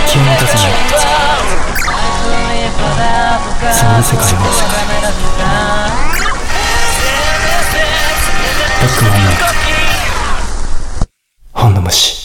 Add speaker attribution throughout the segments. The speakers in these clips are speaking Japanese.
Speaker 1: 気を持たせないそんな世界の世界バックマンの本の虫。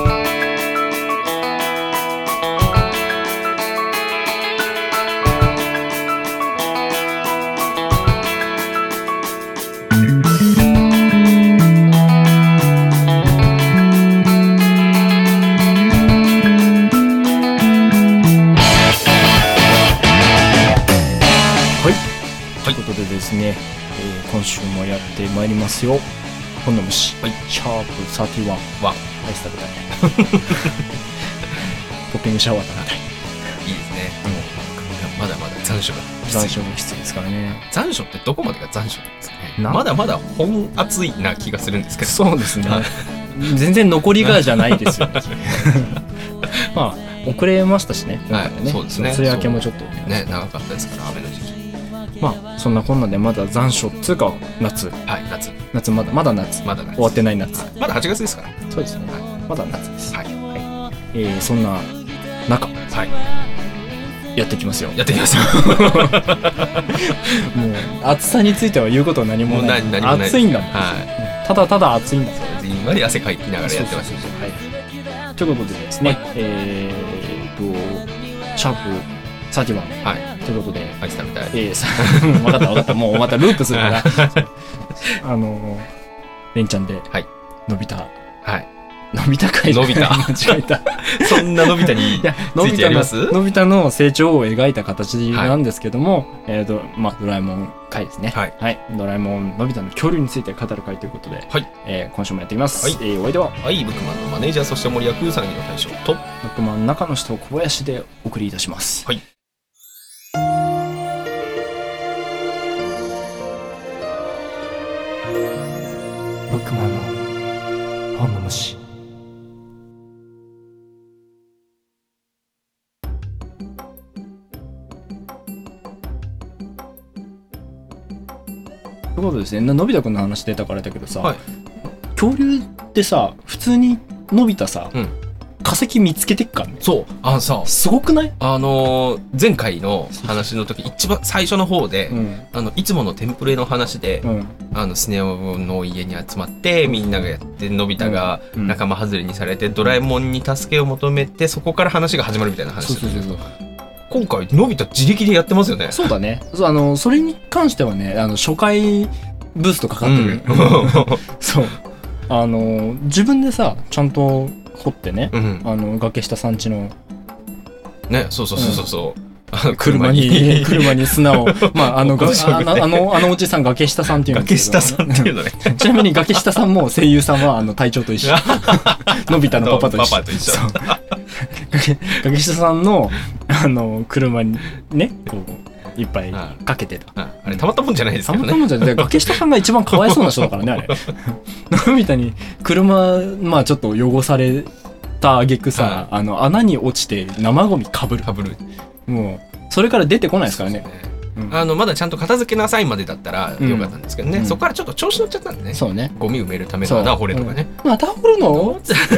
Speaker 2: ですね、今週もやってまいりますよ。本の虫、はい、シャープ31はアイス食べたいポッピングシャワー食べたい。
Speaker 3: いいですね、まだまだ残暑が
Speaker 2: きついですからね。
Speaker 3: 残暑ってどこまでが残暑なんですかね。まだまだ本暑いな気がするんですけど。
Speaker 2: そうですね全然残りがじゃないですよねまあ遅れましたしね、
Speaker 3: はい、そうですね。
Speaker 2: 梅雨明けもちょっと
Speaker 3: ね長かったですから雨の時期。
Speaker 2: まあそんなこんなでまだ残暑っつうか夏、
Speaker 3: はい、
Speaker 2: 夏まだ夏終わってない夏、
Speaker 3: まだ8月ですから。
Speaker 2: そうですね、はい、まだ夏です。
Speaker 3: はい、
Speaker 2: はい、そんな中、はい、やっていきますよ。
Speaker 3: やっていきますよ
Speaker 2: もう暑さについては言うことは何もない。暑いんだもん、はい、ただただ暑いんだ。
Speaker 3: じんわり汗かきながらやってます。
Speaker 2: はい、ということでですね、シャープ31、はい、ということで
Speaker 3: アイス食べたい。
Speaker 2: 分かったもうまたループするからレンちゃんで、はい、のび太、はい、のび太会、
Speaker 3: のび太間違えたそんなのび太についてやります。
Speaker 2: のび太の成長を描いた形なんですけども、まあドラえもん会ですね。はい、はい、ドラえもんのび太の恐竜について語る会ということで、はい、今週もやっていきます。はい、お相手は、
Speaker 3: はい、ブックマンのマネージャー、そして森役うさぎの大将と
Speaker 2: ブックマン中の人小林でお送りいたします。はい、ブックマンの本の虫。ということですね、のび太くんの話出たからだけどさ、はい、恐竜ってさ普通にのび太さ、化石見つけてっからね。
Speaker 3: そうさ
Speaker 2: すごくない？
Speaker 3: 前回の話の時一番最初の方で、いつものテンプレの話で、スネ夫の家に集まってみんながやってのび太が仲間外れにされて、ドラえもんに助けを求めてそこから話が始まるみたいな話。そう今回のび太自力でやってますよね。そうだね。それに関してはね初回ブーストかかってる、そう自分でさちゃんと掘ってね、崖下さんちのね、そう
Speaker 2: 車に砂をまああのおじさん崖下さんっていうんですけど、
Speaker 3: 崖下さんっていうのね
Speaker 2: ちなみに崖下さんも声優さんは隊長と一緒のび太のパパと一緒崖下さんの車にねこういっぱいかけてた。
Speaker 3: あれたまったもんじゃないですけどね。
Speaker 2: たまったもんじゃない。崖下さんが一番かわいそうな人だからねあれのび太に車まあちょっと汚された挙句さ、穴に落ちて生ゴミかぶる。もうそれから出てこないですからね。
Speaker 3: まだちゃんと片付けなさいまでだったらよかったんですけどね、そこからちょっと調子乗っちゃったんでね。そうね、ゴミ埋めるための穴掘れとかね。
Speaker 2: また掘るの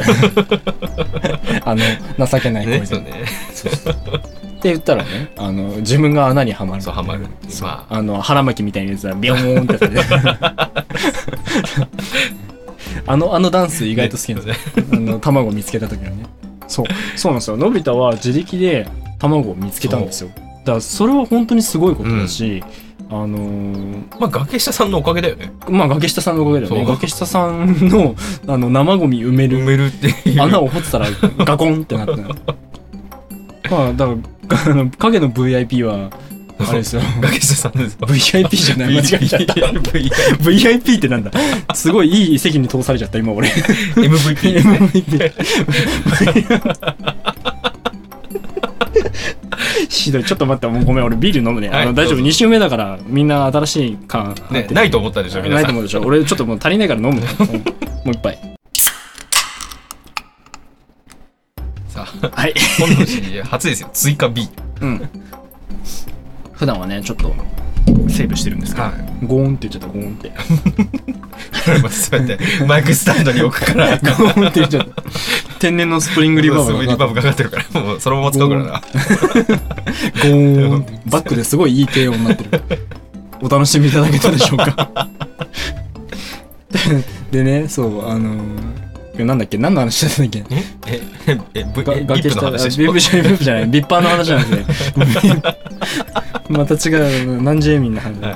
Speaker 2: 情けない声で、って言ったらね自分が穴にはまる。
Speaker 3: そうはまる。
Speaker 2: 腹巻きみたいなやつはビヨーンってされてあのダンス意外と好きなんですね卵を見つけた時のね。そうなんですよ。のび太は自力で卵を見つけたんですよ。だからそれは本当にすごいことだし、
Speaker 3: 崖下さんのおかげだよね。
Speaker 2: 崖下さんのおかげだよね。崖下さんの生ゴミ埋めるっていう穴を掘ってたらガコンってなってだから影の VIP はあれですよ。
Speaker 3: 崖下さんです。
Speaker 2: VIP じゃない、間違えちゃった。VIP ってなんだ。すごいいい席に通されちゃった今俺。MVP。ひどい。ちょっと待って、もうごめん、俺ビール飲むね。大丈夫、2週目だからみんな新しい感
Speaker 3: ないと思ったでしょ。
Speaker 2: ないと思うでしょ。俺ちょっともう足りないから飲むね。もう一杯。
Speaker 3: さあ、はい。本の字初ですよ。追加 B。
Speaker 2: 普段はねちょっとセーブしてるんですけど、ゴーンって言っちゃった。ゴーンって
Speaker 3: そうやってマイクスタンドに置くから
Speaker 2: ゴーンって言っちゃった天然のスプリングリバーブ
Speaker 3: リバーブかかってるからもうそのまま使うからな。
Speaker 2: ゴーンバックですごいいい低音になってる。お楽しみいただけたでしょうか。でね、そうなんだっけ、何の話だったんだっけ。
Speaker 3: ビップの話
Speaker 2: ビップじゃない、ビッパーの話なんですね。また違う、何ジェイミンの話。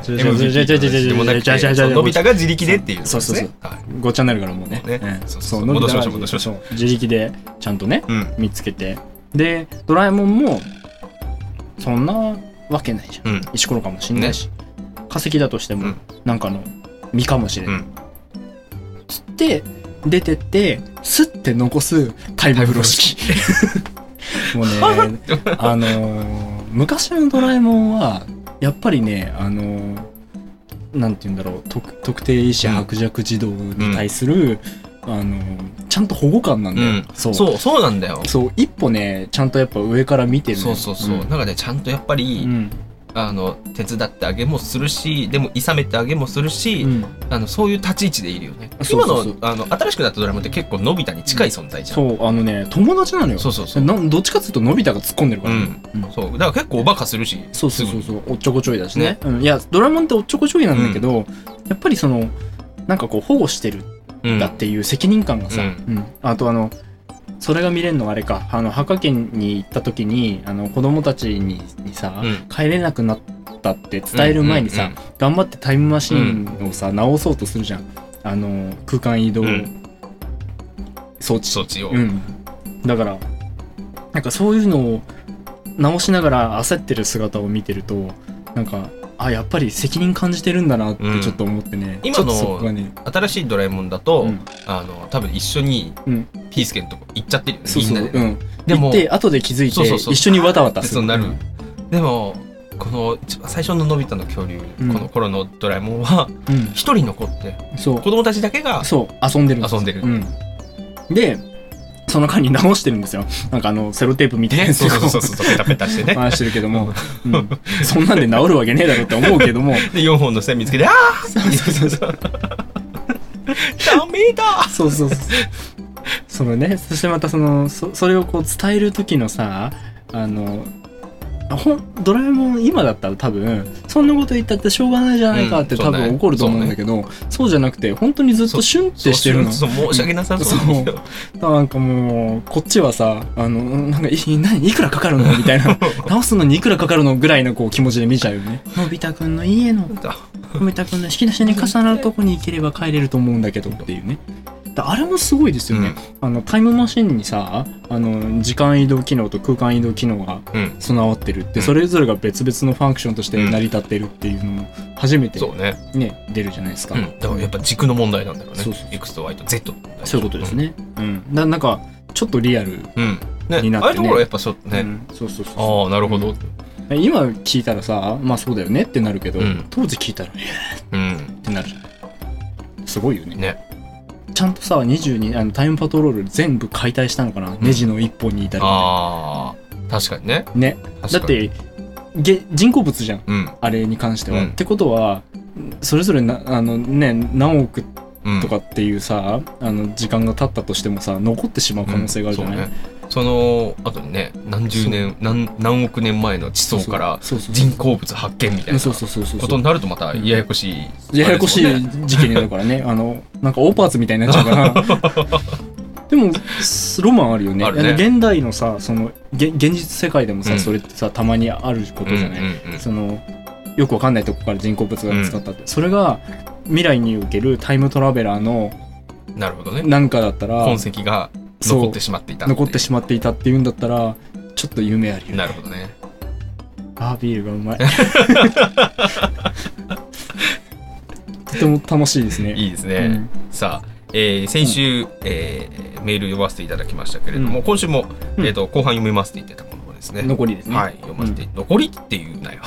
Speaker 3: のび太が自力でっていう。
Speaker 2: そう。ごっちゃになるからもうね。
Speaker 3: そう、戻しましょう。
Speaker 2: 自力でちゃんとね、見つけて。で、ドラえもんも、そんなわけないじゃん。石ころかもしんないし。化石だとしても、なんかの実かもしれない。つって、出てってスッて残すタイム風呂敷。もうね昔のドラえもんはやっぱりねなんて言うんだろう、特定意志薄弱児童に対する、ちゃんと保護感なんだよ、
Speaker 3: そうなんだよ。
Speaker 2: そう一歩ねちゃんとやっぱ上から見てるのよ。
Speaker 3: そう、なんかねちゃんとやっぱり、手伝ってあげもするし、でも諌めてあげもするし、そういう立ち位置でいるよね。今の新しくなったドラえもんって結構のび太に近い存在じゃん。
Speaker 2: そう友達なのよ。そうどっちかっていうとのび太が突っ込んでるから、
Speaker 3: そうだから結構おバカするし、
Speaker 2: そうおっちょこちょいだしね。いやドラえもんっておっちょこちょいなんだけど、やっぱりなんかこう保護してるんだっていう責任感がさ、あとそれが見れるのはあれか、墓家に行った時に子供たちにさ、帰れなくなったって伝える前にさ、頑張ってタイムマシーンをさ直そうとするじゃん。空間移動装置を、だからなんかそういうのを直しながら焦ってる姿を見てると、なんかやっぱり責任感じてるんだなってちょっと思ってね。
Speaker 3: 今の新しいドラえもんだと、多分一緒にピースケのとこ行っちゃってるよね、みんなで。
Speaker 2: でも行って後で気づいて一緒にわたわたする。
Speaker 3: でもこの最初ののび太の恐竜、この頃のドラえもんは一人残って子供たちだけが
Speaker 2: 遊んでる。でその間に直してるんですよ。なんかセロテープみたいなやつを
Speaker 3: ペタペタしてね
Speaker 2: 回してるけども、そんなんで治るわけねえだろって思うけども、
Speaker 3: で4本の線見つけてダメだ。
Speaker 2: そのね、そしてまたそれをこう伝える時のさ、ドラえもん今だったら多分そんなこと言ったってしょうがないじゃないかって多分怒ると思うんだけど、そうじゃなくて本当にずっとシュンってしてるの。
Speaker 3: 申し訳なさそうだよ。
Speaker 2: なんかもうこっちはさなんかいくらかかるのみたいな、直すのにいくらかかるのぐらいのこう気持ちで見ちゃうよね。のび太くんの家ののび太くんの引き出しに重なるとこに行ければ帰れると思うんだけどっていうね。あれもすごいですよね。タイムマシンにさ時間移動機能と空間移動機能が備わってるって、それぞれが別々のファンクションとして成り立ってるっていうのも初めてね出るじゃないですか。
Speaker 3: だからやっぱ軸の問題なんだよね。X と Y と Z の問題。
Speaker 2: そういうことですね。なんかちょっとリアルになってね。
Speaker 3: ああいうところやっぱちょっとね。ああなるほど。
Speaker 2: 今聞いたらさ、まあそうだよねってなるけど、当時聞いたらってなるじゃない。すごいよね。ちゃんとさタイムパトロール全部解体したのかな、ネジの一本に至るま
Speaker 3: で。確かにね。
Speaker 2: だって人工物じゃん、あれに関しては。ってことはそれぞれ何億とかっていうさ、時間が経ったとしてもさ残ってしまう可能性があるじゃない。
Speaker 3: その後にね、何十年何億年前の地層から人工物発見みたいなことになるとまたややこしい
Speaker 2: 事件になるからね。なんか大パーツみたいになっちゃうからでもロマンあるよね。現代のさ現実世界でもさ、それってさたまにあることじゃない。よくわかんないとこから人工物が見つかったって、それが未来におけるタイムトラベラーのなんかだったら
Speaker 3: 痕跡が残ってしまっていた
Speaker 2: っていうんだったらちょっと夢あるよね。
Speaker 3: なるほどね。
Speaker 2: ビールがうまいとても楽しいですね。
Speaker 3: いいですね。さあ、先週、メール読ませていただきましたけれども、今週も、後半読みますって言ってたものですね。
Speaker 2: 残りですね。
Speaker 3: はい、読ませて、残りっていうなよ。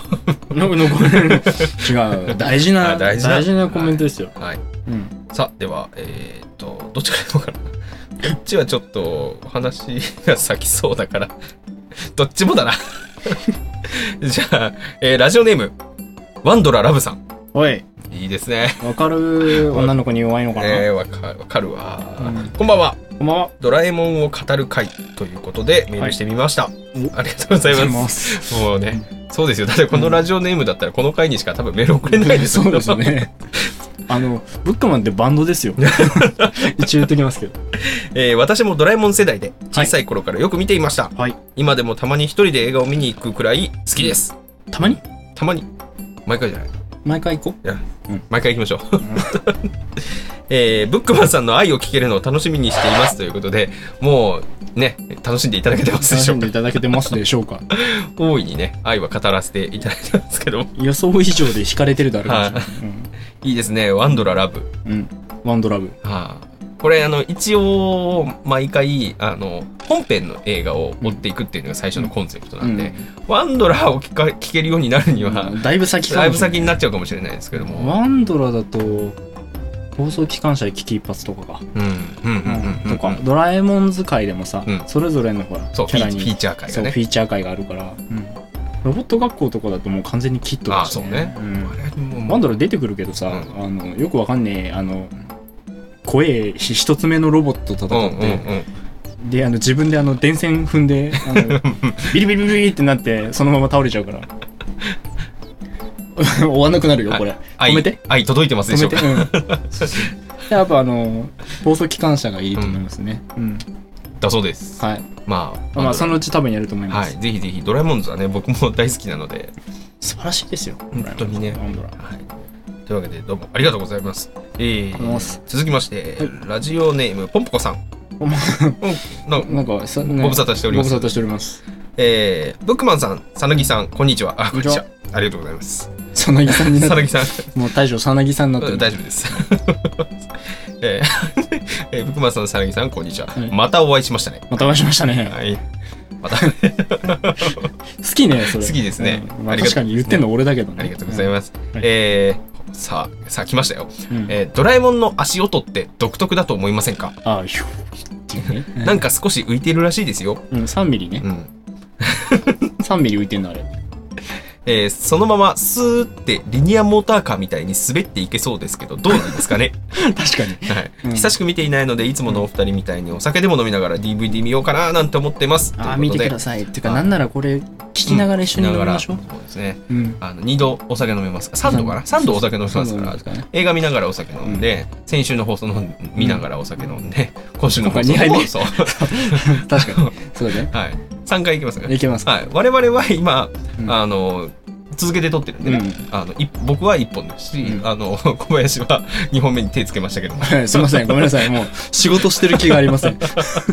Speaker 2: 違う、大事なコメントですよ。
Speaker 3: はい。さあ、では、どっちから読もうかな。こっちはちょっと話が先そうだからどっちもだなじゃあ、ラジオネームワンドララブさん。
Speaker 2: おい、
Speaker 3: いいですね。
Speaker 2: わかる女の子に弱いのかな。
Speaker 3: わかるわ、こんばんは。
Speaker 2: こんばんは。
Speaker 3: ドラえもんを語る会ということでメールしてみました。ありがとうございます。もうね、そうですよ。だってこのラジオネームだったらこの回にしか多分メール送れないですよ。
Speaker 2: そうですよね。ブックマンってバンドですよ。一応言っときますけど。
Speaker 3: 私もドラえもん世代で小さい頃からよく見ていました。はい、今でもたまに一人で映画を見に行くくらい好きです。
Speaker 2: たまに
Speaker 3: 毎回じゃない。
Speaker 2: 毎回行こう。
Speaker 3: 毎回行きましょう。ブックマンさんの愛を聞けるのを楽しみにしていますということで、もうね、楽しんでいただけてますでしょうか。
Speaker 2: 楽しんでいただけてますでしょうか。
Speaker 3: 大いにね、愛は語らせていただいてますけど、
Speaker 2: 予想以上で惹かれてるだろうかもしれない。
Speaker 3: いいですね。ワンドララブ。
Speaker 2: ワンドラブ。
Speaker 3: これ一応毎回本編の映画を追っていくっていうのが最初のコンセプトなんで、ワンドラを聞けるようになるには
Speaker 2: だいぶ先
Speaker 3: になっちゃうかもしれないですけども、
Speaker 2: ワンドラだと放送機関車で危機一髪とかか、とかドラえもん使いでもさ、それぞれのほら
Speaker 3: キャラにフィーチャー会がね、
Speaker 2: フィーチャー会があるから、ロボット学校とかだともう完全にキットだしね。ワンドラ出てくるけどさ、よくわかんねえ怖え一つ目のロボット戦って、で自分で電線踏んでビリビリビリってなってそのまま倒れちゃうから終わんなくなるよこれ。止めて。
Speaker 3: 愛届いてますでしょうか。
Speaker 2: やっぱ放送機関車がいいと思いますね。
Speaker 3: だそうです。はい。ま
Speaker 2: あそのうち多分やると思います。
Speaker 3: はい。ぜひぜひドラえもんズはね、僕も大好きなので
Speaker 2: 素晴らしいですよ。
Speaker 3: 本当にね。というわけでどうもありがとうございます。続きまして、ラジオネームポンポコさん。なんかご無沙汰しております。
Speaker 2: ご無沙汰しております。
Speaker 3: ブックマンさん、さなぎさん、こんにちは。こんにちは。ありがとうございます。
Speaker 2: さなぎさんになって。
Speaker 3: さなぎさん。
Speaker 2: もう大将さなぎさんになってる。
Speaker 3: 大丈夫です。ブックマンさん、さなぎさん、こんにちは。またお会いしましたね。
Speaker 2: またお会いしましたね。
Speaker 3: はい。また。
Speaker 2: 好きね、それ。
Speaker 3: 好きですね。
Speaker 2: 確かに言ってんの俺だけどね。
Speaker 3: ありがとうございます。さあ来ましたよ。ドラえもんの足音って独特だと思いませんか？なんか少し浮いてるらしいですよ。
Speaker 2: 3ミリね。3ミリ浮いてんのあれ。
Speaker 3: そのままスーってリニアモーターカーみたいに滑っていけそうですけど、どうなんですかね。
Speaker 2: 確かに、
Speaker 3: はい。久しく見ていないので、いつものお二人みたいにお酒でも飲みながら DVD 見ようかななんて思ってます。
Speaker 2: 見てください。っていうか、なんならこれ聞きながら一緒に飲みましょう。
Speaker 3: そうですね。2度お酒飲めますか。3度かな。3度お酒飲めますから、映画見ながらお酒飲んで、先週の放送の見ながらお酒飲んで、今週の放送もそう。
Speaker 2: 確かに。そうね。
Speaker 3: はい。3回いきますかね。
Speaker 2: いけます。
Speaker 3: はい。我々は今、続けて撮ってるんでね、僕は1本ですし、小林は2本目に手つけましたけども、
Speaker 2: すいません、ごめんなさい、もう仕事してる気がありません。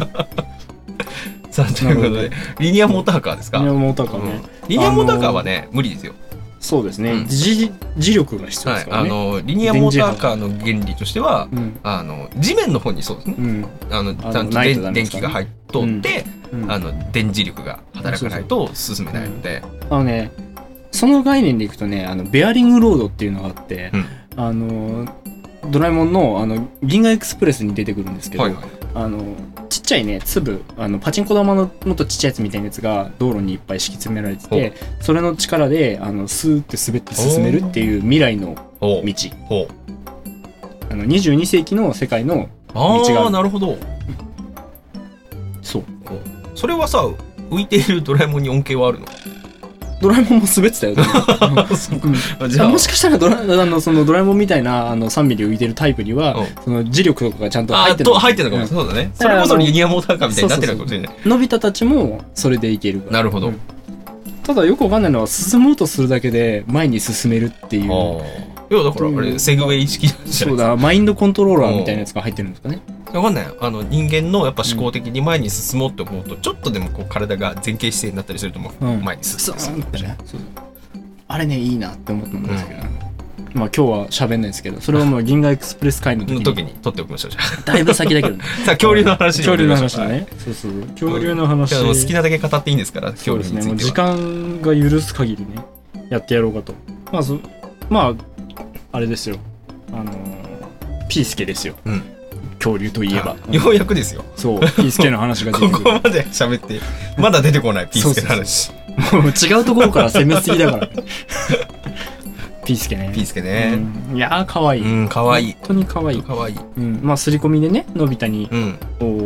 Speaker 3: さあ、ということで、リニアモーターカーですか？
Speaker 2: リニアモーターカーね。
Speaker 3: リニアモーターカーはね、無理ですよ。
Speaker 2: そうですね。磁力が必要ですからね。
Speaker 3: リニアモーターカーの原理としては、地面の方にそうですね。ちゃんと電気が入っとって、電磁力が働かないと進めないので。
Speaker 2: その概念でいくとね、ベアリングロードっていうのがあって、ドラえもんの銀河エクスプレスに出てくるんですけど、ちっちゃいね粒パチンコ玉のもっとちっちゃいやつみたいなやつが道路にいっぱい敷き詰められてて、それの力でスーって滑って進めるっていう未来の道、22世紀の世界の道がある。
Speaker 3: なるほど。
Speaker 2: そう。
Speaker 3: それはさ、浮いているドラえもんに恩恵はあるの？
Speaker 2: ドラえもんも滑ってたよ。もしかしたらそのドラえもんみたいな3ミリ浮いてるタイプには、その磁力とかがちゃんと入ってる。
Speaker 3: 入ってるのかも。そうだね。それこそリニアモーターカーみたいになってるかもしれない。
Speaker 2: のび太たちもそれでいけるから。
Speaker 3: なるほど。
Speaker 2: ただよくわかんないのは、進もうとするだけで前に進めるっていう。
Speaker 3: いやだからあれセグウェイ式なんじゃないですか。
Speaker 2: そうだ、マインドコントローラーみたいなやつが入ってるんですかね。
Speaker 3: わかんない。人間のやっぱ思考的に前に進もうって思うと、ちょっとでもこう体が前傾姿勢になったりするともう前に進むってね。
Speaker 2: あれね、いいなって思ったんですけど、まあ今日は喋んないですけど、それをもう銀河エクスプレス会の時に
Speaker 3: 撮っておきましょう。じゃあ
Speaker 2: だいぶ先だけどね。
Speaker 3: さあ恐竜の話
Speaker 2: だね。そうそう、恐竜の話。
Speaker 3: 好きなだけ語っていいんですから、恐竜については。
Speaker 2: もう時間が許す限りねやってやろうかと。まああれですよ、ピースケですよ。恐竜といえば
Speaker 3: ようやくですよ。
Speaker 2: そう、ピースケの話が出てくる。
Speaker 3: ここまで喋ってまだ出てこないピースケの話。
Speaker 2: もう違うところから攻めすぎだから。ピースケね。
Speaker 3: ピースケね。
Speaker 2: いやー可愛い。
Speaker 3: 可愛い。
Speaker 2: 本当に可愛い。
Speaker 3: 可愛い。
Speaker 2: まあ刷り込みでね、のび太に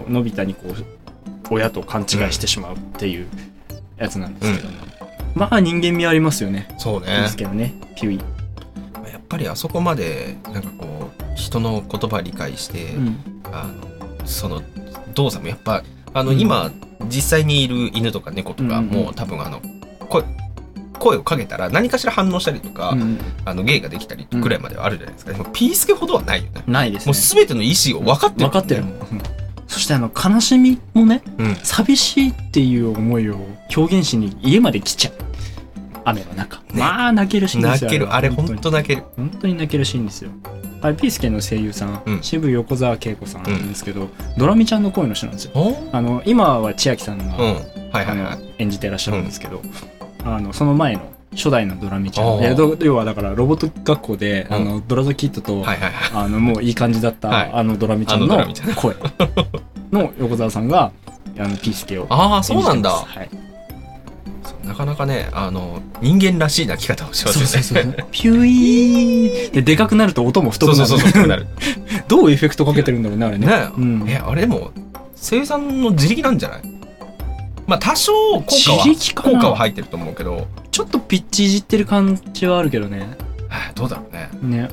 Speaker 2: のび太にこう親と勘違いしてしまうっていうやつなんですけど、まあ人間味ありますよね。
Speaker 3: そうね。
Speaker 2: ですけどね、ピュイ。
Speaker 3: やっぱりあそこまでなんかこう人の言葉理解して、その動作もやっぱ今実際にいる犬とか猫とかも多分声をかけたら何かしら反応したりとか、芸ができたりぐらいまではあるじゃないですか。でもピースケほどはないよね。
Speaker 2: ないですね。
Speaker 3: もう全ての意思を分かってる、
Speaker 2: 分かってるもん。そして悲しみもね、寂しいっていう思いを表現しに家まで来ちゃう。雨の中、まあ泣けるシーンですよ。
Speaker 3: 泣ける、あれ本当泣ける。
Speaker 2: 本当に泣けるシーンですよ。あれピースケの声優さん、渋横澤恵子さんなんですけど、ドラミちゃんの声の人なんですよ。今は千秋さんが演じてらっしゃるんですけど、その前の初代のドラミちゃん、要はだからロボット学校でドラゾキッドともういい感じだったドラミちゃんの声の横澤さんがピースケを演じてます。
Speaker 3: ああ、そうなんだ。なかなかね、人間らしい泣き方をしますよね。
Speaker 2: ピュイーででかくなると音も太くなる。どうエフェクトかけてるんだろうね、あれね。
Speaker 3: あれでも声優さんの自力なんじゃない？まあ多少効果は入ってると思うけど、
Speaker 2: ちょっとピッチいじってる感じはあるけどね。
Speaker 3: どうだろうね。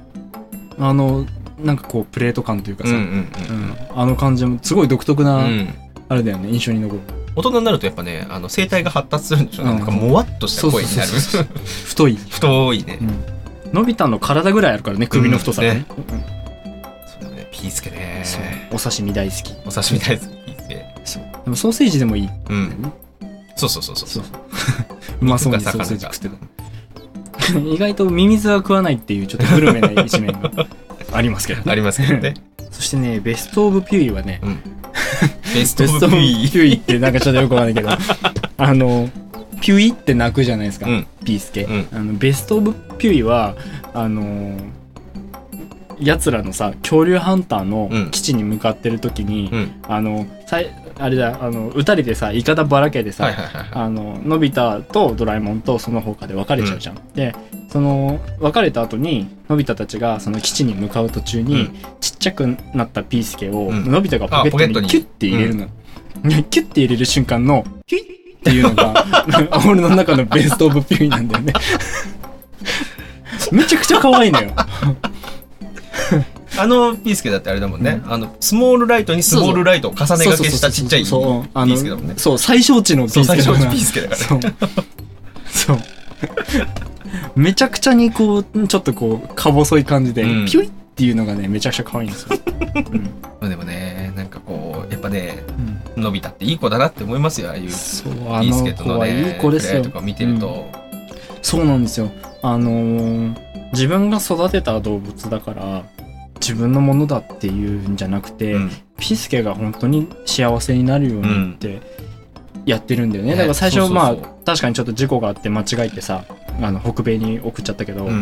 Speaker 2: なんかこうプレート感というかさ、感じもすごい独特なあれだよね、印象に残る。
Speaker 3: 大人になるとやっぱね、声帯が発達するんでしょ。なんかもわっとした声になる。
Speaker 2: 太い
Speaker 3: ね。
Speaker 2: のび太の体ぐらいあるからね、首の太さがね。
Speaker 3: そうだね、ピースケね。
Speaker 2: お刺身大好き。
Speaker 3: お刺身大好き、ピースケ。
Speaker 2: でもソーセージでもいい。
Speaker 3: そう。
Speaker 2: うまそうにソーセージ食ってた。意外とミミズは食わないっていうちょっとグルメな一面がありますけどね。
Speaker 3: ありますけどね。
Speaker 2: そしてね、ベストオブピュイはね、
Speaker 3: ベストオブピュイ
Speaker 2: ってなんかちょっとよくわかんないけど、ピュイって鳴くじゃないですか、ピースケ。ベストオブピュイはやつらのさ、恐竜ハンターの基地に向かってる時に、あれだ、撃たれてさ、イカダばらけでさ、のび太とドラえもんとその他で別れちゃうじゃん。で、その別れた後にのび太たちがその基地に向かう途中に、ちっちゃくなったピースケをのび太がポケットにキュッて入れるの。キュッて入れる瞬間のキュッっていうのが俺の中のベストオブピュイなんだよね。めちゃくちゃ可愛いのよ。
Speaker 3: ピースケだってあれだもんね、スモールライトにスモールライトを重ね掛けしたちっちゃいピースケだもんね。
Speaker 2: そう、最小値のピースケだから。そう。めちゃくちゃにこう、ちょっとこう、か細い感じで、ピュイっていうのがね、めちゃくちゃ可愛いんですよ。
Speaker 3: でもね、なんかこう、やっぱね、のび太っていい子だなって思いますよ、ああいうピースケとのね、
Speaker 2: いい子ですよ。
Speaker 3: とか見てると。
Speaker 2: そうなんですよ。自分が育てた動物だから、自分のものだっていうんじゃなくて、ピースケが本当に幸せになるようにってやってるんだよね。だから最初まあ確かにちょっと事故があって間違えてさ、北米に送っちゃったけど、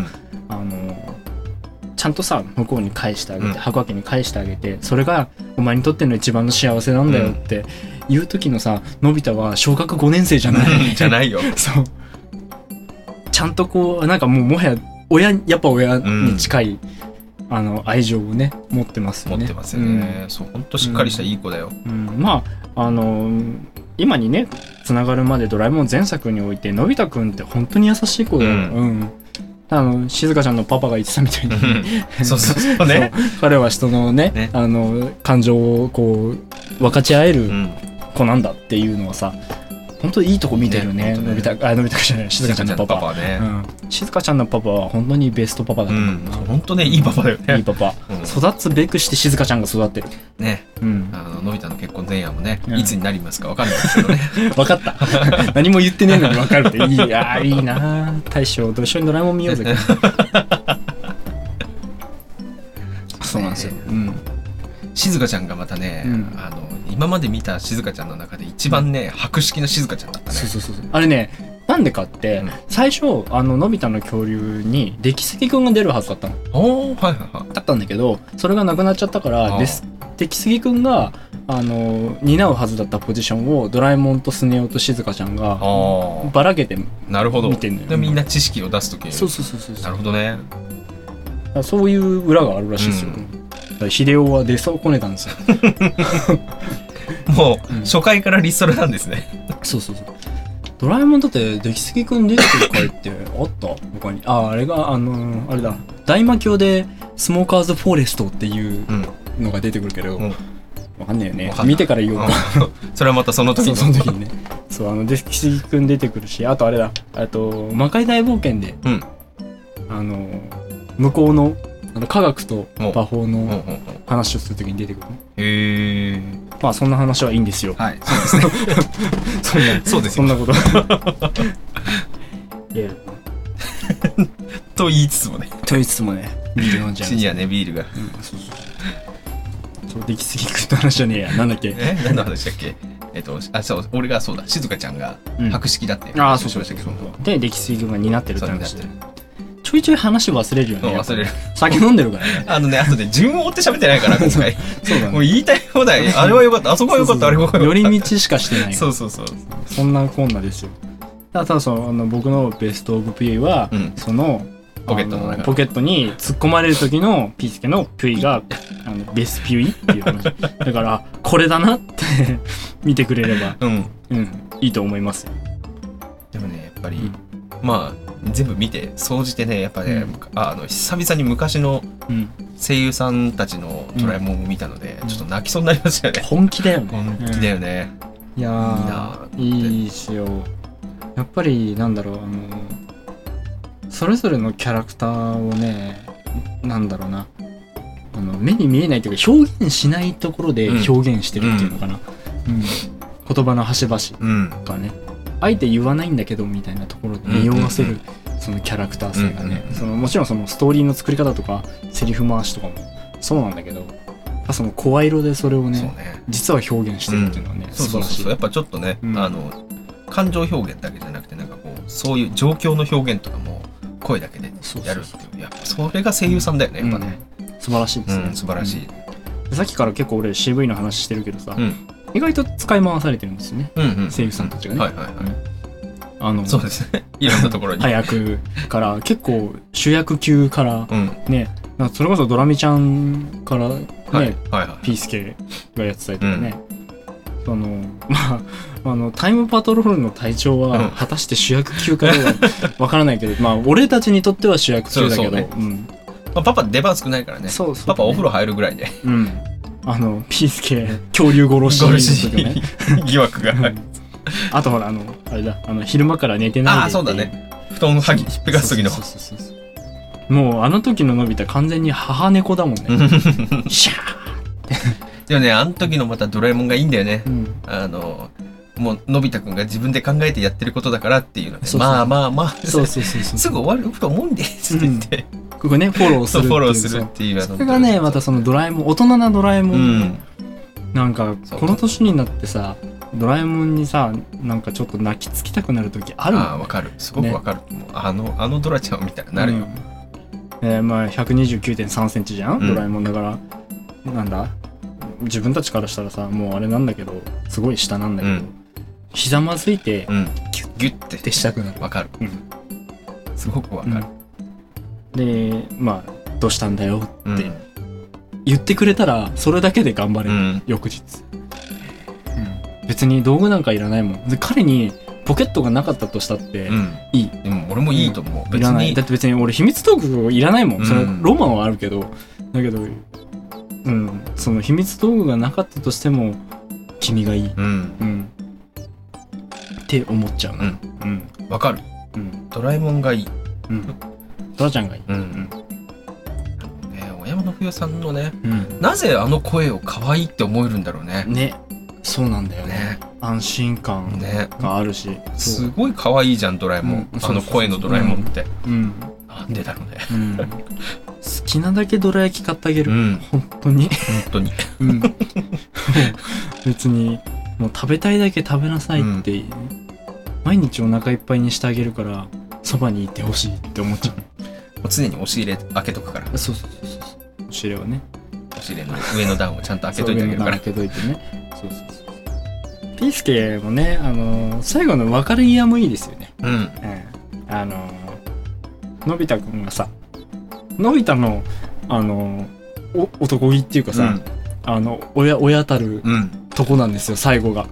Speaker 2: ちゃんとさ向こうに返してあげて、白亜紀に返してあげて、それがお前にとっての一番の幸せなんだよっていう時のさ、のび太は小学5年生じゃない。
Speaker 3: じゃないよ。
Speaker 2: そう。ちゃんとこうなんかもはややっぱ親に近い。愛情をね持ってますよね。
Speaker 3: 持ってますよね。そう、本当しっかりしたいい子だよ。
Speaker 2: まあ今にねつながるまでドラえもん前作においてのび太くんって本当に優しい子だよ。静香ちゃんのパパが言ってたみたいに、
Speaker 3: そうね。
Speaker 2: 彼は人のね感情をこう分かち合える子なんだっていうのはさ。本当にいいとこ見てるね。のび太じゃない、静香ちゃんのパパね。静香ちゃんのパパは本当にベストパパだと思うな。
Speaker 3: 本当ね、いいパパだよね。
Speaker 2: いいパパ。育つべくして静香ちゃんが育ってる。
Speaker 3: ね。のび太の結婚前夜もね、いつになりますか分かんないですけどね。
Speaker 2: 分かった。何も言ってねえのに分かるって。いいな。大将と一緒にドラえもん見ようぜ。そうなんですよ。
Speaker 3: 静香ちゃんがまたね、今まで見た静香ちゃんの中で一番ね、博識な静香ちゃんだったね。そう。
Speaker 2: あれね、なんでかって、最初のび太の恐竜に出来すぎくんが出るはずだったの。だったんだけど、それがなくなっちゃったから、出来すぎくんが担うはずだったポジションをドラえもんとスネ夫と静香ちゃんがばらけて見てんのよ。
Speaker 3: でみんな知識を出すときに。
Speaker 2: そう。
Speaker 3: なるほどね。
Speaker 2: そういう裏があるらしいですよ。 ら秀夫は出損ねたんですよ。
Speaker 3: もう、初回からリストラなんですね。
Speaker 2: そうそうそう。ドラえもんだって出来すぎくん出てくる回ってあった他に。あれがあれだ、大魔教でスモーカーズフォレストっていうのが出てくるけど、わかんないよね。見てから言おうか。
Speaker 3: それはまたその時に。
Speaker 2: その時にね。そう出来すぎくん出てくるし、あとあれだ、魔界大冒険で、向こうの科学と魔法の話をするときに出てくるね。
Speaker 3: へえ。
Speaker 2: まあそんな話はいいんですよ。
Speaker 3: はい、そうですね。そうです
Speaker 2: そんなこと。いや。
Speaker 3: と言いつつもね。
Speaker 2: と言いつつもね、ビール飲んじゃう。
Speaker 3: シニアね、ビールが。
Speaker 2: そう、出来すぎくんの話じゃねえや。なんだっけ。
Speaker 3: 何の話だっけ。そう、俺がそうだ、静香ちゃんが博識だって。
Speaker 2: ああ、そうしましたけど。で、出来すぎくんが担ってるって話で。ちょいちょい話忘れるよね。
Speaker 3: 忘れる。
Speaker 2: 酒飲んでるからね。
Speaker 3: あとで順を追って喋ってないから、今回。
Speaker 2: そうだね。
Speaker 3: もう言いたい放題。あれは良かった、あそこは良かった、あれは良かった。
Speaker 2: 寄り道しかしてない。
Speaker 3: そう。
Speaker 2: そんなこんなですよ。ただ僕のベストオブピュイは、ポケットに突っ込まれる時のピースケのピュイがベスピュイっていう話。だからこれだなって見てくれれば、いいと思いますよ。
Speaker 3: でもね、やっぱり、まあ全部見て総じてね、やっぱね、久々に昔の声優さんたちのドラえもんを見たので、ちょっと泣きそうになりましたよね。
Speaker 2: 本気だよね。
Speaker 3: 本気だよね。
Speaker 2: いやー、いいしよ。やっぱりなんだろう、それぞれのキャラクターをね、なんだろうな、目に見えないというか表現しないところで表現してるっていうのかな。言葉の端々がね、あえて言わないんだけどみたいなところで匂わせるそのキャラクター性がね、もちろんそのストーリーの作り方とかセリフ回しとかもそうなんだけど、その声色でそれをね、実は表現してるっていうのはね、素晴らしい。
Speaker 3: やっぱちょっとね、感情表現だけじゃなくて、なんかこうそういう状況の表現とかも声だけでやるっていう、やっぱそれが声優さんだよね、やっぱね。
Speaker 2: 素晴らしいですね。
Speaker 3: 素晴らしい。
Speaker 2: さっきから結構俺 CV の話してるけどさ、意外と使い回されてるんですよね、声優さんたちがね。
Speaker 3: そうですね。いろんなところに。
Speaker 2: 早くから結構主役級からね、それこそドラミちゃんからね、ピースケがやってたりとかね。タイムパトロールの隊長は果たして主役級かどうかわからないけど、俺たちにとっては主役級だけど、
Speaker 3: パパ出番少ないからね。パパお風呂入るぐらいで。
Speaker 2: ピースケ恐竜殺しの時ね、
Speaker 3: 疑惑が。
Speaker 2: あとほらあれだ、昼間から寝てないで。
Speaker 3: そうだね。布団ひっぺがす時の。
Speaker 2: もうあの時ののび太完全に母猫だもんね。シャー
Speaker 3: でもね、あの時のまたドラえもんがいいんだよね。もうのび太くんが自分で考えてやってることだからっていうので、まあすぐ終わると思うんですって言って、
Speaker 2: ここねフォローするっていう。それがね、またそのドラえもん、大人なドラえもん、なんかこの年になってさ、ドラえもんにさ、なんかちょっと泣きつきたくなる時あるもん。
Speaker 3: わかる、すごくわかる。あのドラちゃんを見たらなるよ。
Speaker 2: 129.3 センチじゃん、ドラえもんだから。なんだ、自分たちからしたらさ、もうあれなんだけど、すごい下なんだけど、ひざまずいて
Speaker 3: ギュッて
Speaker 2: したくなる。
Speaker 3: わかる。すごくわかる。
Speaker 2: で、どうしたんだよって言ってくれたら、それだけで頑張れる。翌日。別に道具なんかいらないもん。で、彼にポケットがなかったとしたっていい。
Speaker 3: 俺もいいと思う。
Speaker 2: いらない。だって別に俺秘密道具いらないもん。それロマンはあるけど、だけど、その秘密道具がなかったとしても君がいい。って思っちゃう。
Speaker 3: わかる。ドラえもんがいい。
Speaker 2: ドラちゃんがいい。
Speaker 3: 小山信代さんのね、なぜあの声を可愛いって思えるんだろうね。
Speaker 2: ね。そうなんだよね。安心感があるし、
Speaker 3: すごい可愛いじゃんドラえもん。あの声のドラえもんって。なんでだろうね。
Speaker 2: 好きなだけどら焼き買ってあげる。本当に。別にもう食べたいだけ食べなさいって、毎日お腹いっぱいにしてあげるからそばにいてほしいって思っちゃう。
Speaker 3: 常に押し入れ開けとくから。
Speaker 2: そう。押し入れはね。
Speaker 3: 押し入れの上の段をちゃんと開けといてあげるから。
Speaker 2: 開けといてね。そう。ピースケもね、最後の別れ際もいいですよね。のび太くんがさ、のび太の男気っていうかさ、親たるとこなんですよ、最後が。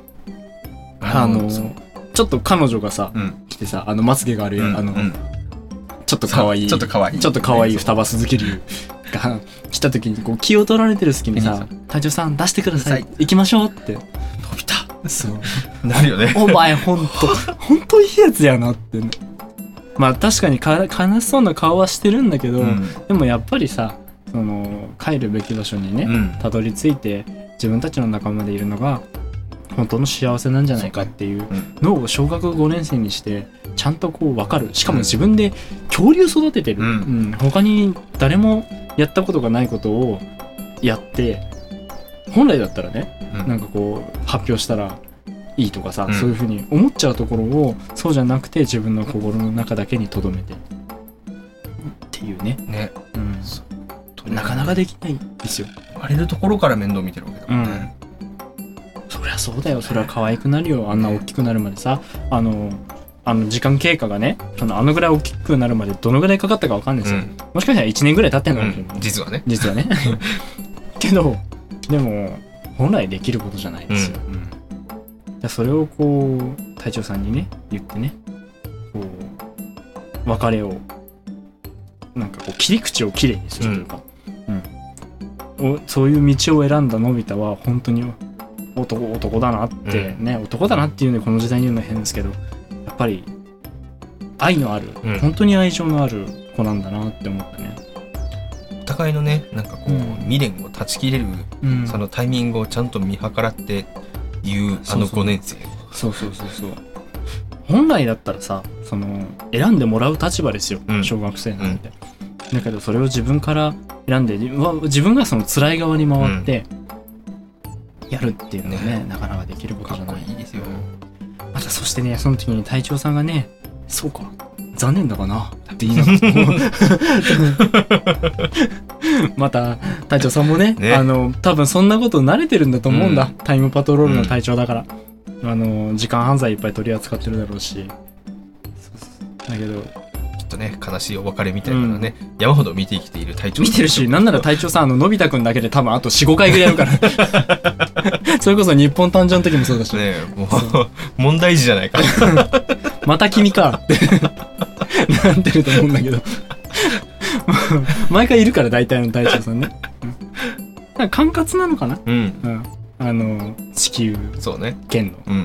Speaker 2: ちょっと彼女がさ、来てさ、まつげがあるやん、ちょっと可愛い双葉鈴木龍が来た時にこう気を取られてる隙にさ、隊長さん出してください、行きましょうって。
Speaker 3: 伸びた。
Speaker 2: そう
Speaker 3: なるよね。
Speaker 2: お前ほんといいやつやなって、ね。まあ確かに悲しそうな顔はしてるんだけど、でもやっぱりさ、帰るべき場所にね、たどり着いて自分たちの仲間でいるのが本当の幸せなんじゃないかっていうのを小学5年生にしてちゃんとこう分かる。しかも自分で恐竜育ててる、他に誰もやったことがないことをやって、本来だったらね、なんかこう発表したらいいとかさ、そういう風に思っちゃうところをそうじゃなくて自分の心の中だけに留めてっていうね。なかなかできないですよ。
Speaker 3: 生まれるところから面倒見てるわけだもんね。
Speaker 2: そりゃそうだよ。そりゃ可愛くなるよ。あんな大きくなるまでさ、時間経過がね、あのぐらい大きくなるまでどのぐらいかかったかわかんないですよ。もしかしたら1年ぐらい経ってんのかもしれない。
Speaker 3: 実はね。
Speaker 2: けど、でも本来できることじゃないですよ。それをこう隊長さんにね言ってね、こう別れをなんかこう切り口をきれいにするというか、そういう道を選んだのび太は本当に男だなってね、男だなっていうね、この時代に言うのは変ですけど、やっぱり愛のある、本当に愛情のある子なんだなって思ったね。
Speaker 3: お互いのね、なんかこう、未練を断ち切れる、そのタイミングをちゃんと見計らって言う5年生。
Speaker 2: そう本来だったらさ、選んでもらう立場ですよ、小学生なんて。だけどそれを自分から選んで、自分がその辛い側に回ってやるっていうのはね、なかなかできることじゃない。
Speaker 3: かっこいいですよ。
Speaker 2: またそしてね、その時に隊長さんがね、そうか残念だかなって言いながらまた隊長さんもね、多分そんなこと慣れてるんだと思うんだ、タイムパトロールの隊長だから、時間犯罪いっぱい取り扱ってるだろうし。だけど
Speaker 3: きっとね、悲しいお別れみたいなのね、山ほど見て生きている隊長
Speaker 2: 見てるし、なんなら隊長さんのび太くんだけで多分あと 4,5 回ぐらいやるからそれこそ日本誕生の時もそうだし
Speaker 3: ね、もう問題児じゃないか
Speaker 2: また君かってなってると思うんだけど毎回いるから、大体の隊長さんね。なんか管轄なのかな、地球圏の。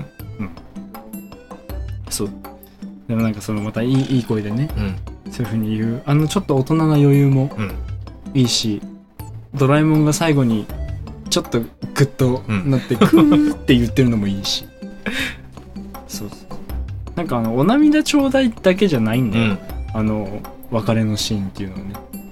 Speaker 2: そう。でもなんかまたいい声でね、そういう風に言う、ちょっと大人な余裕もいいし、ドラえもんが最後にちょっとグッとなってクーって言ってるのもいいし。そう。なんかお涙ちょうだいだけじゃないんだよ。別れのシーンっていうのはね。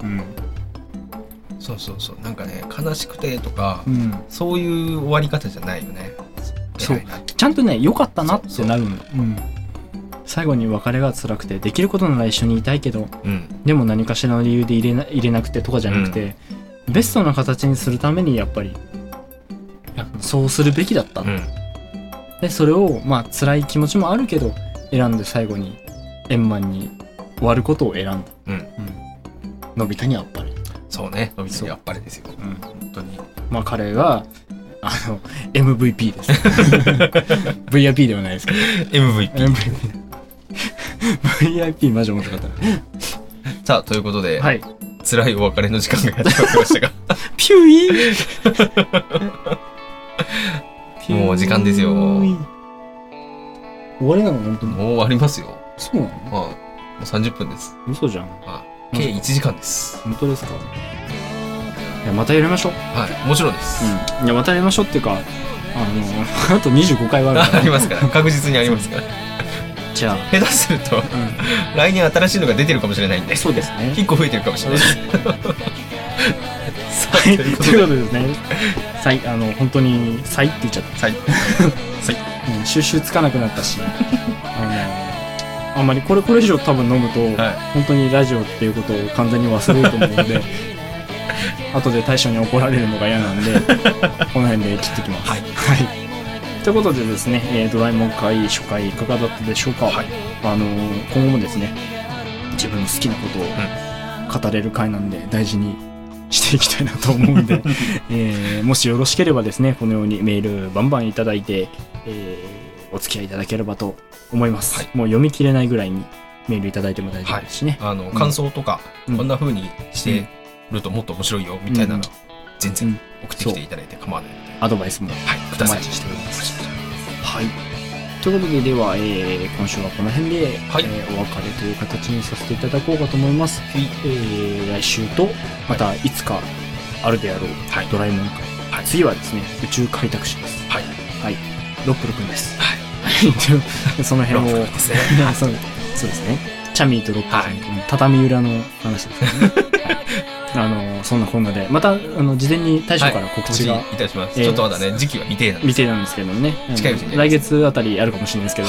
Speaker 3: そうなんかね、悲しくてとか、そういう終わり方じゃないよね。
Speaker 2: そう、ちゃんとね、良かったなってなるの。最後に別れが辛くて、できることなら一緒にいたいけど、でも何かしらの理由で入れなくてとかじゃなくて、ベストな形にするためにやっぱりそうするべきだったの。でそれを辛い気持ちもあるけど選んで最後に円満に終わることを選んだ。のび太にあっぱれ。
Speaker 3: そうね、のび太にあっぱれですよ。本当に。
Speaker 2: 彼がMVP です。VIP ではないですけど。VIP マジ面白かった。
Speaker 3: さあ、ということで、辛いお別れの時間がやってまいりましたが
Speaker 2: ピュイ
Speaker 3: もう時間ですよ。
Speaker 2: 終わりなの？本当に
Speaker 3: もう終わりますよ。
Speaker 2: そうなの？
Speaker 3: もう30分です。
Speaker 2: 嘘じゃん。
Speaker 3: 計1時間です。
Speaker 2: 本当ですか？いや、またやりましょう。
Speaker 3: もちろんです。
Speaker 2: いや、またやりましょうっていうか、あと25回はあるから。
Speaker 3: ありますから、確実にありますから。
Speaker 2: じゃあ
Speaker 3: 下手すると、来年新しいのが出てるかもしれないんで。
Speaker 2: そうですね。
Speaker 3: 1個増えてるかもしれないです。
Speaker 2: ということでですね、本当に「さい」って言っちゃった。収集つかなくなったし、あんまりこれ以上多分飲むと、本当にラジオっていうことを完全に忘れると思うので後で大将に怒られるのが嫌なんでこの辺で切ってきます。ということでですね、ドラえもん会初回いかがだったでしょうか。今後もですね、自分の好きなことを語れる回なんで大事にしていきたいなと思うんで、もしよろしければですね、このようにメールバンバンいただいて、お付き合いいただければと思います、もう読み切れないぐらいにメールいただいても大丈夫ですしね、
Speaker 3: 感想とか、こんな風にしてるともっと面白いよみたいなの全然送ってきていただいて構わないので、
Speaker 2: アドバイスもお待ちしております。はい、ということで、では、今週はこの辺で、お別れという形にさせていただこうかと思います。来週とまたいつかあるであろうドラえもん会、次はですね、宇宙開拓士です。はい、ロップルくんです。その辺をそうですね、チャミーとロップルくん、畳裏の話ですね。そんなこんなでまた事前に大将から告知が、
Speaker 3: いたします。ちょっとまだね、時期は未定なんですけどね、
Speaker 2: 近いうちに来月あたりあるかもしれないですけど、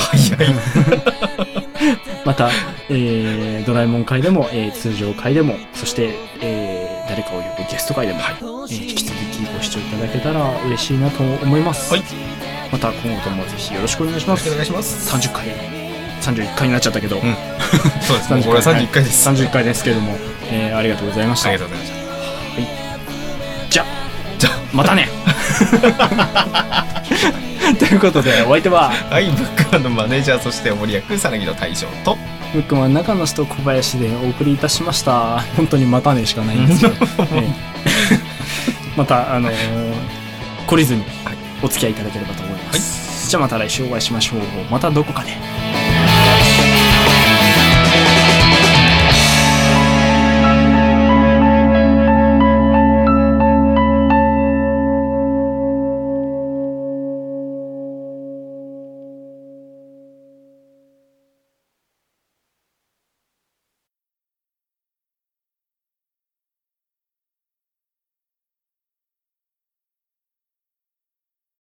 Speaker 2: また、ドラえもん会でも、通常会でも、そして、誰かを呼ぶゲスト会でも、引き続きご視聴いただけたら嬉しいなと思います。また今後ともぜひよろしくお願いします。30回31回になっちゃったけど、
Speaker 3: そうですね、これは31回です。
Speaker 2: 31回ですけども、ありがとうございました。
Speaker 3: ありがとうございました。
Speaker 2: じゃあまたね。ということで、お相手は
Speaker 3: ブックマンのマネージャー、そして森役さなぎの大将と
Speaker 2: ブックマン中の人小林でお送りいたしました。本当にまたねしかないんですけど、また懲りずにお付き合いいただければと思います。じゃあまた来週お会いしましょう。またどこかで。